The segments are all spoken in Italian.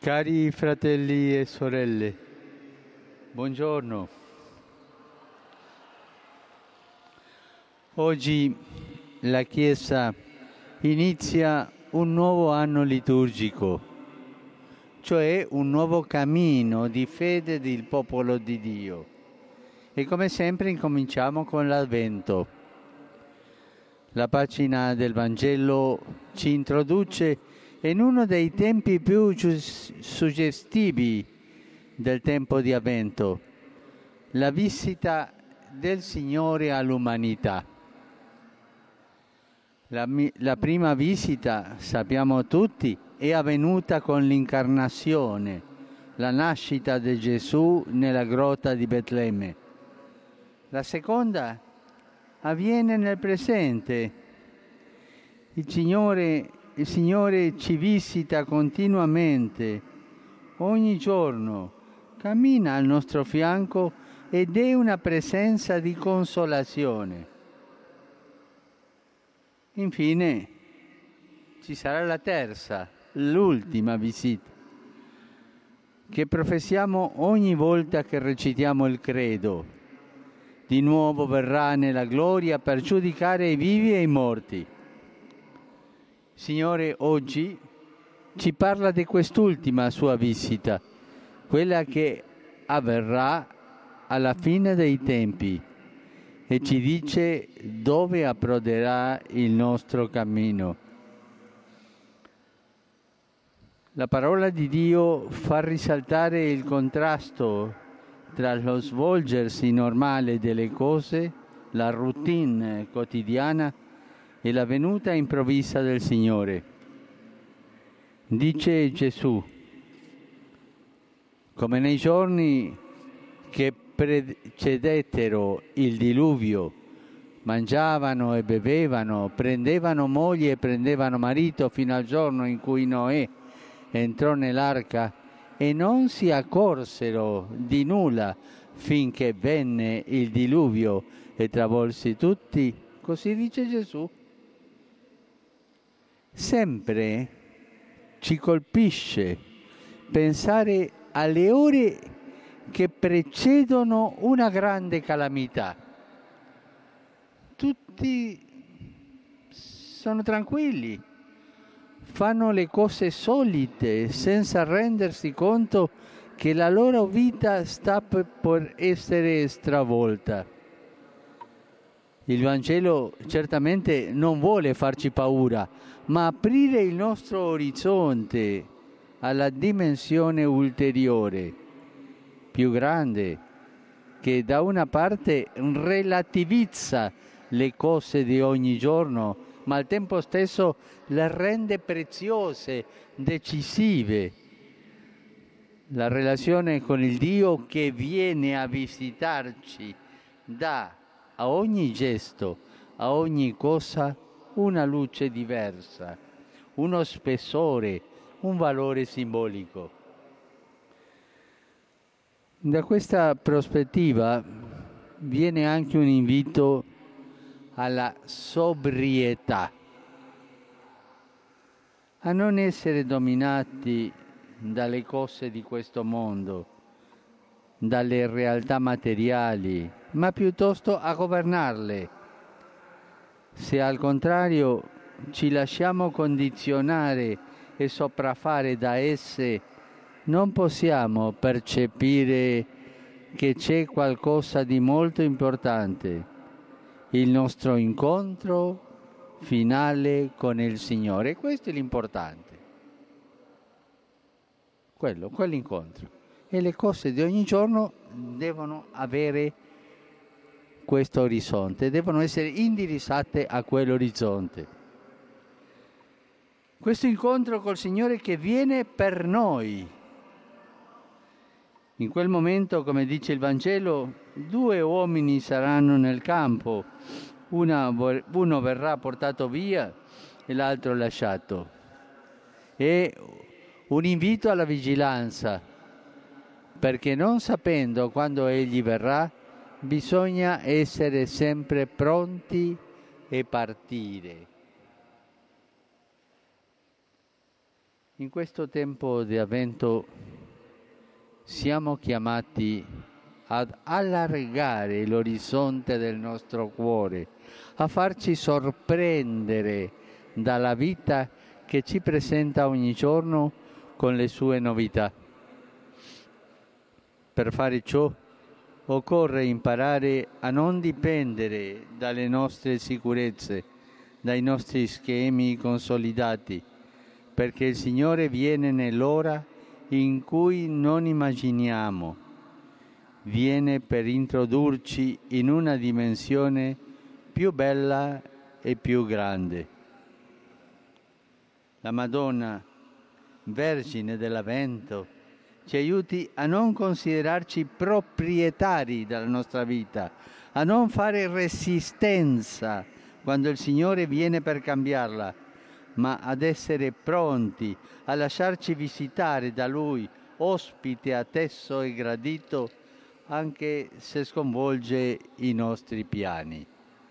Cari fratelli e sorelle, buongiorno. Oggi la Chiesa inizia un nuovo anno liturgico, cioè un nuovo cammino di fede del popolo di Dio. E come sempre incominciamo con l'Advento. La pagina del Vangelo ci introduce in uno dei tempi più suggestivi del tempo di Avvento, la visita del Signore all'umanità. La prima visita, sappiamo tutti, è avvenuta con l'incarnazione, la nascita di Gesù nella grotta di Betlemme. La seconda avviene nel presente. Il Signore ci visita continuamente, ogni giorno, cammina al nostro fianco ed è una presenza di consolazione. Infine, ci sarà la terza, l'ultima visita, che professiamo ogni volta che recitiamo il credo. Di nuovo verrà nella gloria per giudicare i vivi e i morti. Signore oggi ci parla di quest'ultima sua visita, quella che avverrà alla fine dei tempi, e ci dice dove approderà il nostro cammino. La parola di Dio fa risaltare il contrasto tra lo svolgersi normale delle cose, la routine quotidiana, e la venuta improvvisa del Signore. Dice Gesù: come nei giorni che precedettero il diluvio, mangiavano e bevevano, prendevano moglie e prendevano marito fino al giorno in cui Noè entrò nell'arca e non si accorsero di nulla finché venne il diluvio e travolse tutti. Così dice Gesù. Sempre ci colpisce pensare alle ore che precedono una grande calamità. Tutti sono tranquilli, fanno le cose solite senza rendersi conto che la loro vita sta per essere stravolta. Il Vangelo certamente non vuole farci paura, ma aprire il nostro orizzonte alla dimensione ulteriore, più grande, che da una parte relativizza le cose di ogni giorno, ma al tempo stesso le rende preziose, decisive. La relazione con il Dio che viene a visitarci dà a ogni gesto, a ogni cosa, una luce diversa, uno spessore, un valore simbolico. Da questa prospettiva viene anche un invito alla sobrietà, a non essere dominati dalle cose di questo mondo, dalle realtà materiali, ma piuttosto a governarle. Se al contrario ci lasciamo condizionare e sopraffare da esse, non possiamo percepire che c'è qualcosa di molto importante, il nostro incontro finale con il Signore. Questo è l'importante, quell'incontro. E le cose di ogni giorno devono avere questo orizzonte, devono essere indirizzate a quell'orizzonte. Questo incontro col Signore che viene per noi. In quel momento, come dice il Vangelo, 2 uomini saranno nel campo, uno verrà portato via e l'altro lasciato. È un invito alla vigilanza, perché non sapendo quando Egli verrà, bisogna essere sempre pronti e partire. In questo tempo di Avvento siamo chiamati ad allargare l'orizzonte del nostro cuore, a farci sorprendere dalla vita che ci presenta ogni giorno con le sue novità. Per fare ciò occorre imparare a non dipendere dalle nostre sicurezze, dai nostri schemi consolidati, perché il Signore viene nell'ora in cui non immaginiamo, viene per introdurci in una dimensione più bella e più grande. La Madonna, Vergine dell'Avvento, ci aiuti a non considerarci proprietari della nostra vita, a non fare resistenza quando il Signore viene per cambiarla, ma ad essere pronti a lasciarci visitare da Lui, ospite atteso e gradito, anche se sconvolge i nostri piani.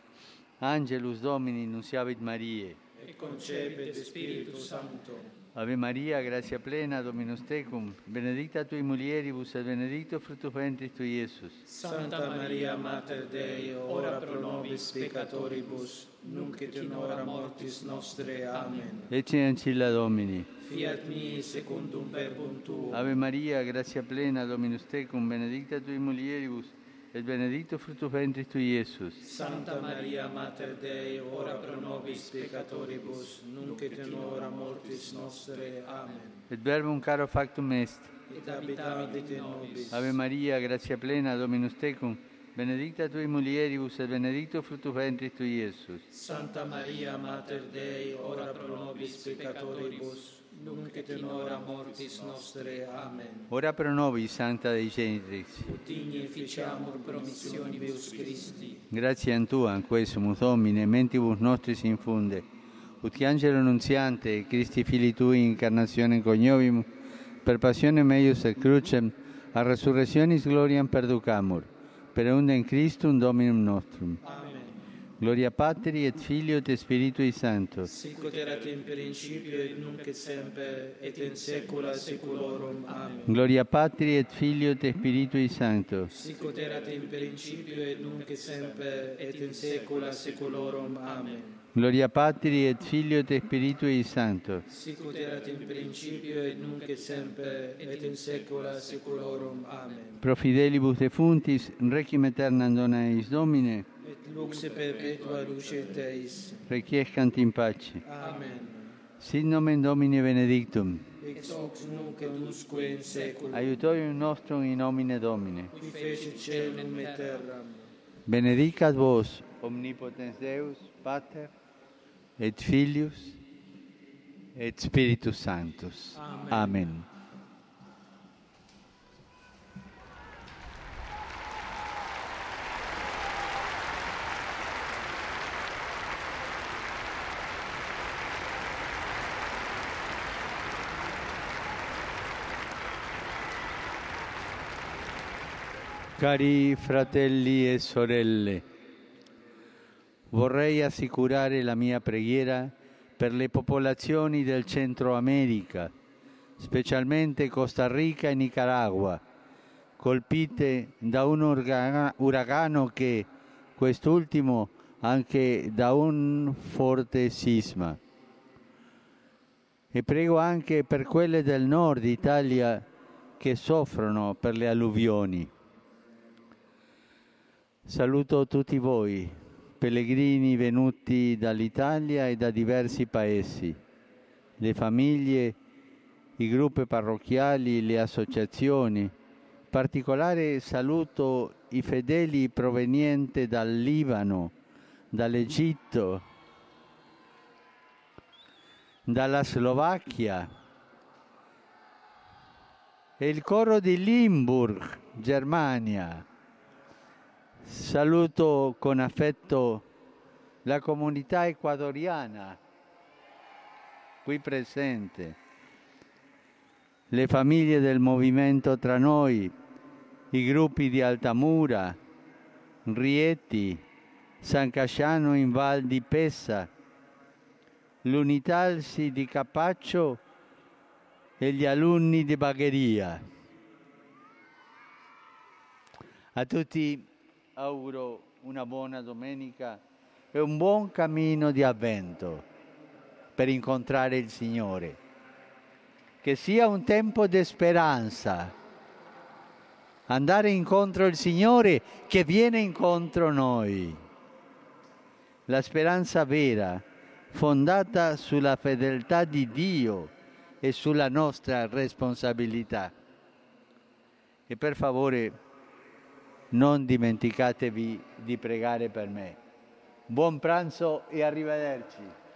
Angelus Domini, nunciavit Mariae. Et concepit Spiritus Sancto. Ave Maria, gratia plena, Dominus tecum, benedicta tui mulieribus et benedictus fructus ventris tui, Iesus. Santa Maria, Mater Dei, ora pro nobis peccatoribus, nunc et in hora mortis nostre. Amen. Ecce ancilla Domini. Fiat mi secundum verbum tuum. Ave Maria, gratia plena, Dominus tecum, benedicta tui mulieribus, et benedictus fructus ventris tui, Iesus. Santa Maria, Mater Dei, ora pro nobis peccatoribus, nunc et in hora mortis nostre. Amen. Et verbum caro factum est. Et habitavit in nobis. Ave Maria, gratia plena, Dominus tecum, benedicta tui mulieribus, et benedictus fructus ventris tui, Iesus. Santa Maria, Mater Dei, ora pro nobis peccatoribus, nunc et in hora mortis nostre. Amen. Ora pro nobis, Sancta Dei Genitrix. Ut digni efficiamur promissionibus Christi. Gratiam Tuam, quesumus Domine, mentibus nostris infunde, ut angelo nunziante, Christi Filii Tui, incarnationem coniovimus, per passionem meius et crucem, a resurrectionis gloriam perducamur, per eundem Christum Dominum nostrum. Amen. Gloria Patri et Filio et Spiritui Sancto. Sic ut erat in principio et nunc et semper et in saecula saeculorum. Amen. Gloria Patri et Filio et Spiritui Sancto. Sic ut erat in principio et nunc et semper et in saecula saeculorum. Amen. Gloria Patri et Filio et Spiritui Sancto. Sic ut erat in principio et nunc et semper et in saecula saeculorum. Amen. Pro fidelibus defunctis, requiem aeternam dona eis Domine, Et lux perpetua lucet eis. requiescant in pace. Amen. Sit nomen Domini benedictum. Ex hoc nunc et usque in saeculum. Aiutorium nostrum in nomine Domini. Qui fecit caelum et terram. Benedicat vos, omnipotens Deus, Pater, et Filius, et Spiritus Sanctus. Amen. Amen. Cari fratelli e sorelle, vorrei assicurare la mia preghiera per le popolazioni del Centro America, specialmente Costa Rica e Nicaragua, colpite da un uragano che, quest'ultimo, anche da un forte sisma. E prego anche per quelle del nord Italia che soffrono per le alluvioni. Saluto tutti voi, pellegrini venuti dall'Italia e da diversi paesi, le famiglie, i gruppi parrocchiali, le associazioni. In particolare saluto i fedeli provenienti dal Libano, dall'Egitto, dalla Slovacchia e il coro di Limburg, Germania. Saluto con affetto la comunità ecuadoriana qui presente, le famiglie del movimento Tra Noi, i gruppi di Altamura, Rieti, San Casciano in Val di Pessa, l'Unitalsi di Capaccio e gli alunni di Bagheria. A tutti auguro una buona domenica e un buon cammino di avvento per incontrare il Signore. Che sia un tempo di speranza, andare incontro al Signore che viene incontro a noi. La speranza vera, fondata sulla fedeltà di Dio e sulla nostra responsabilità. E per favore non dimenticatevi di pregare per me. Buon pranzo e arrivederci.